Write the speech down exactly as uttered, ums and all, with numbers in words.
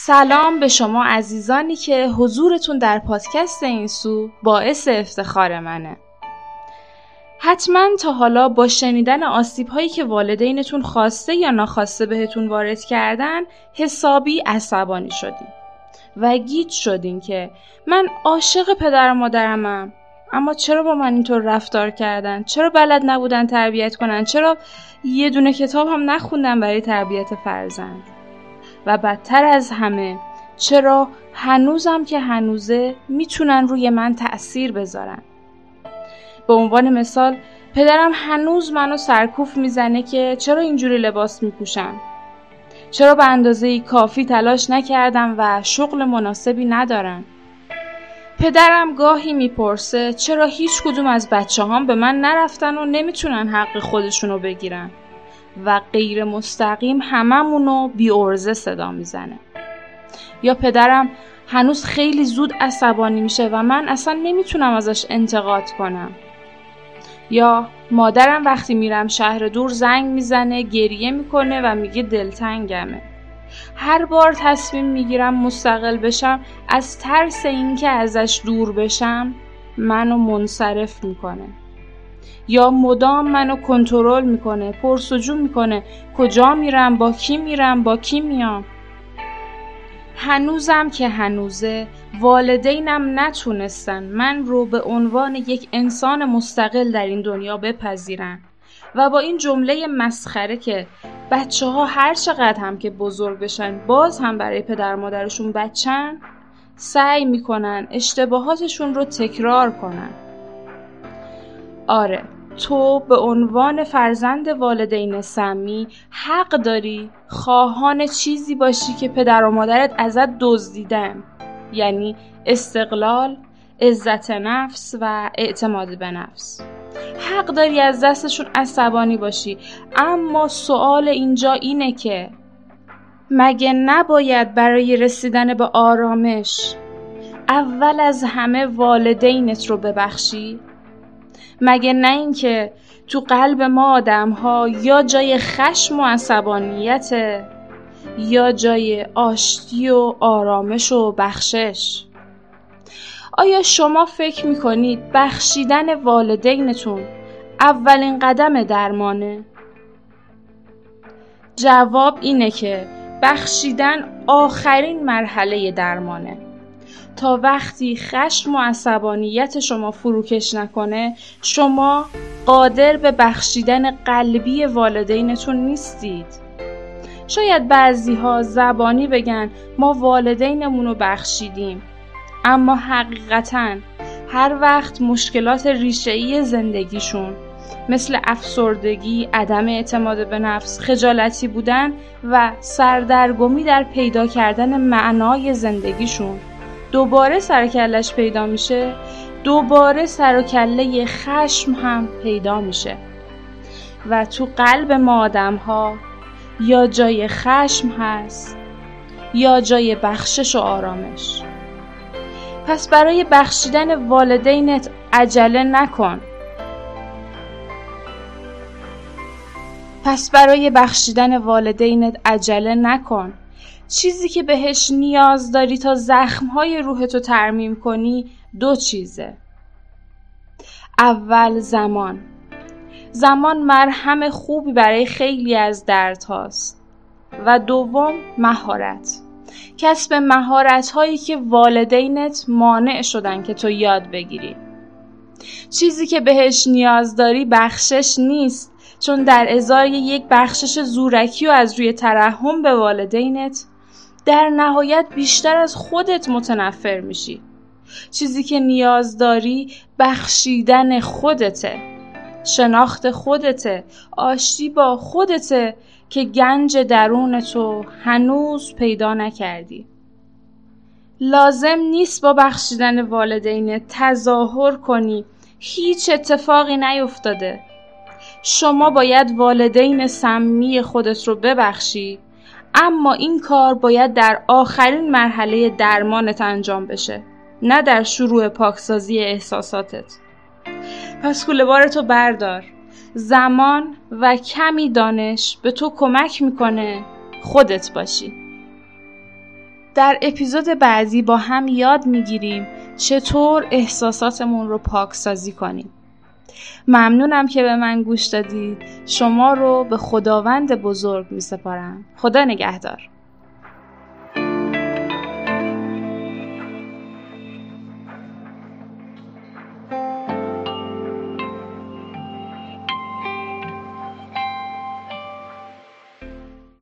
سلام به شما عزیزانی که حضورتون در پادکست این سو باعث افتخار منه. حتما تا حالا با شنیدن آسیب‌هایی که والدینتون خواسته یا ناخواسته بهتون وارد کردن حسابی عصبانی شدین و گیج شدین که من عاشق پدر و مادرمم، اما چرا با من اینطور رفتار کردن؟ چرا بلد نبودن تربیت کنن؟ چرا یه دونه کتاب هم نخوندن برای تربیت فرزند؟ و بدتر از همه چرا هنوزم که هنوزه میتونن روی من تأثیر بذارن؟ به عنوان مثال پدرم هنوز منو سرکوف میزنه که چرا اینجوری لباس میپوشم؟ چرا به اندازه کافی تلاش نکردم و شغل مناسبی ندارن؟ پدرم گاهی میپرسه چرا هیچ کدوم از بچه هام به من نرفتن و نمیتونن حق خودشونو بگیرن؟ و غیر مستقیم هممونو بی عرضه صدا میزنه. یا پدرم هنوز خیلی زود عصبانی میشه و من اصلا نمیتونم ازش انتقاد کنم. یا مادرم وقتی میرم شهر دور زنگ میزنه، گریه میکنه و میگه دلتنگمه. هر بار تصمیم میگیرم مستقل بشم، از ترس اینکه ازش دور بشم منو منصرف میکنه. یا مدام منو کنترل میکنه، پرسجو میکنه کجا میرم، با کی میرم، با کی میام. هنوزم که هنوزه والدینم نتونستن من رو به عنوان یک انسان مستقل در این دنیا بپذیرن و با این جمله مسخره که بچه ها هر چقدر هم که بزرگ بشن باز هم برای پدر مادرشون بچن، سعی میکنن اشتباهاتشون رو تکرار کنن. آره، تو به عنوان فرزند والدین سمی حق داری خواهان چیزی باشی که پدر و مادرت ازت دزدیدن، یعنی استقلال، عزت نفس و اعتماد به نفس. حق داری از دستشون عصبانی باشی، اما سوال اینجا اینه که مگه نباید برای رسیدن به آرامش اول از همه والدینت رو ببخشی؟ مگه نه این که تو قلب ما آدم ها یا جای خشم و عصبانیت یا جای آشتی و آرامش و بخشش؟ آیا شما فکر میکنید بخشیدن والدینتون اولین قدم درمانه؟ جواب اینه که بخشیدن آخرین مرحله درمانه. تا وقتی خشم و عصبانیت شما فروکش نکنه، شما قادر به بخشیدن قلبی والدینتون نیستید. شاید بعضی ها زبانی بگن ما والدینمون رو بخشیدیم، اما حقیقتاً هر وقت مشکلات ریشه‌ای زندگیشون مثل افسردگی، عدم اعتماد به نفس، خجالتی بودن و سردرگمی در پیدا کردن معنای زندگیشون دوباره سر و کله‌اش پیدا میشه، دوباره سر و کله خشم هم پیدا میشه و تو قلب ما آدم ها یا جای خشم هست یا جای بخشش و آرامش. پس برای بخشیدن والدینت عجله نکن. پس برای بخشیدن والدینت عجله نکن. چیزی که بهش نیاز داری تا زخم‌های روحتو ترمیم کنی دو چیزه. اول زمان. زمان مرهم خوبی برای خیلی از دردهاست. و دوم مهارت. کسب مهارت‌هایی که والدینت مانع شدن که تو یاد بگیری. چیزی که بهش نیاز داری بخشش نیست، چون در ازای یک بخشش زورکی و از روی ترحم به والدینت در نهایت بیشتر از خودت متنفر میشی. چیزی که نیاز داری بخشیدن خودته، شناخت خودته، آشتی با خودته که گنج درونتو هنوز پیدا نکردی. لازم نیست با بخشیدن والدینت تظاهر کنی هیچ اتفاقی نیفتاده. شما باید والدین سمی خودت رو ببخشی، اما این کار باید در آخرین مرحله درمانت انجام بشه، نه در شروع پاکسازی احساساتت. پس کوله‌بارتو بردار. زمان و کمی دانش به تو کمک میکنه خودت باشی. در اپیزود بعدی با هم یاد میگیریم چطور احساساتمون رو پاکسازی کنیم. ممنونم که به من گوش دادید. شما رو به خداوند بزرگ میسپارم. خدا نگهدار.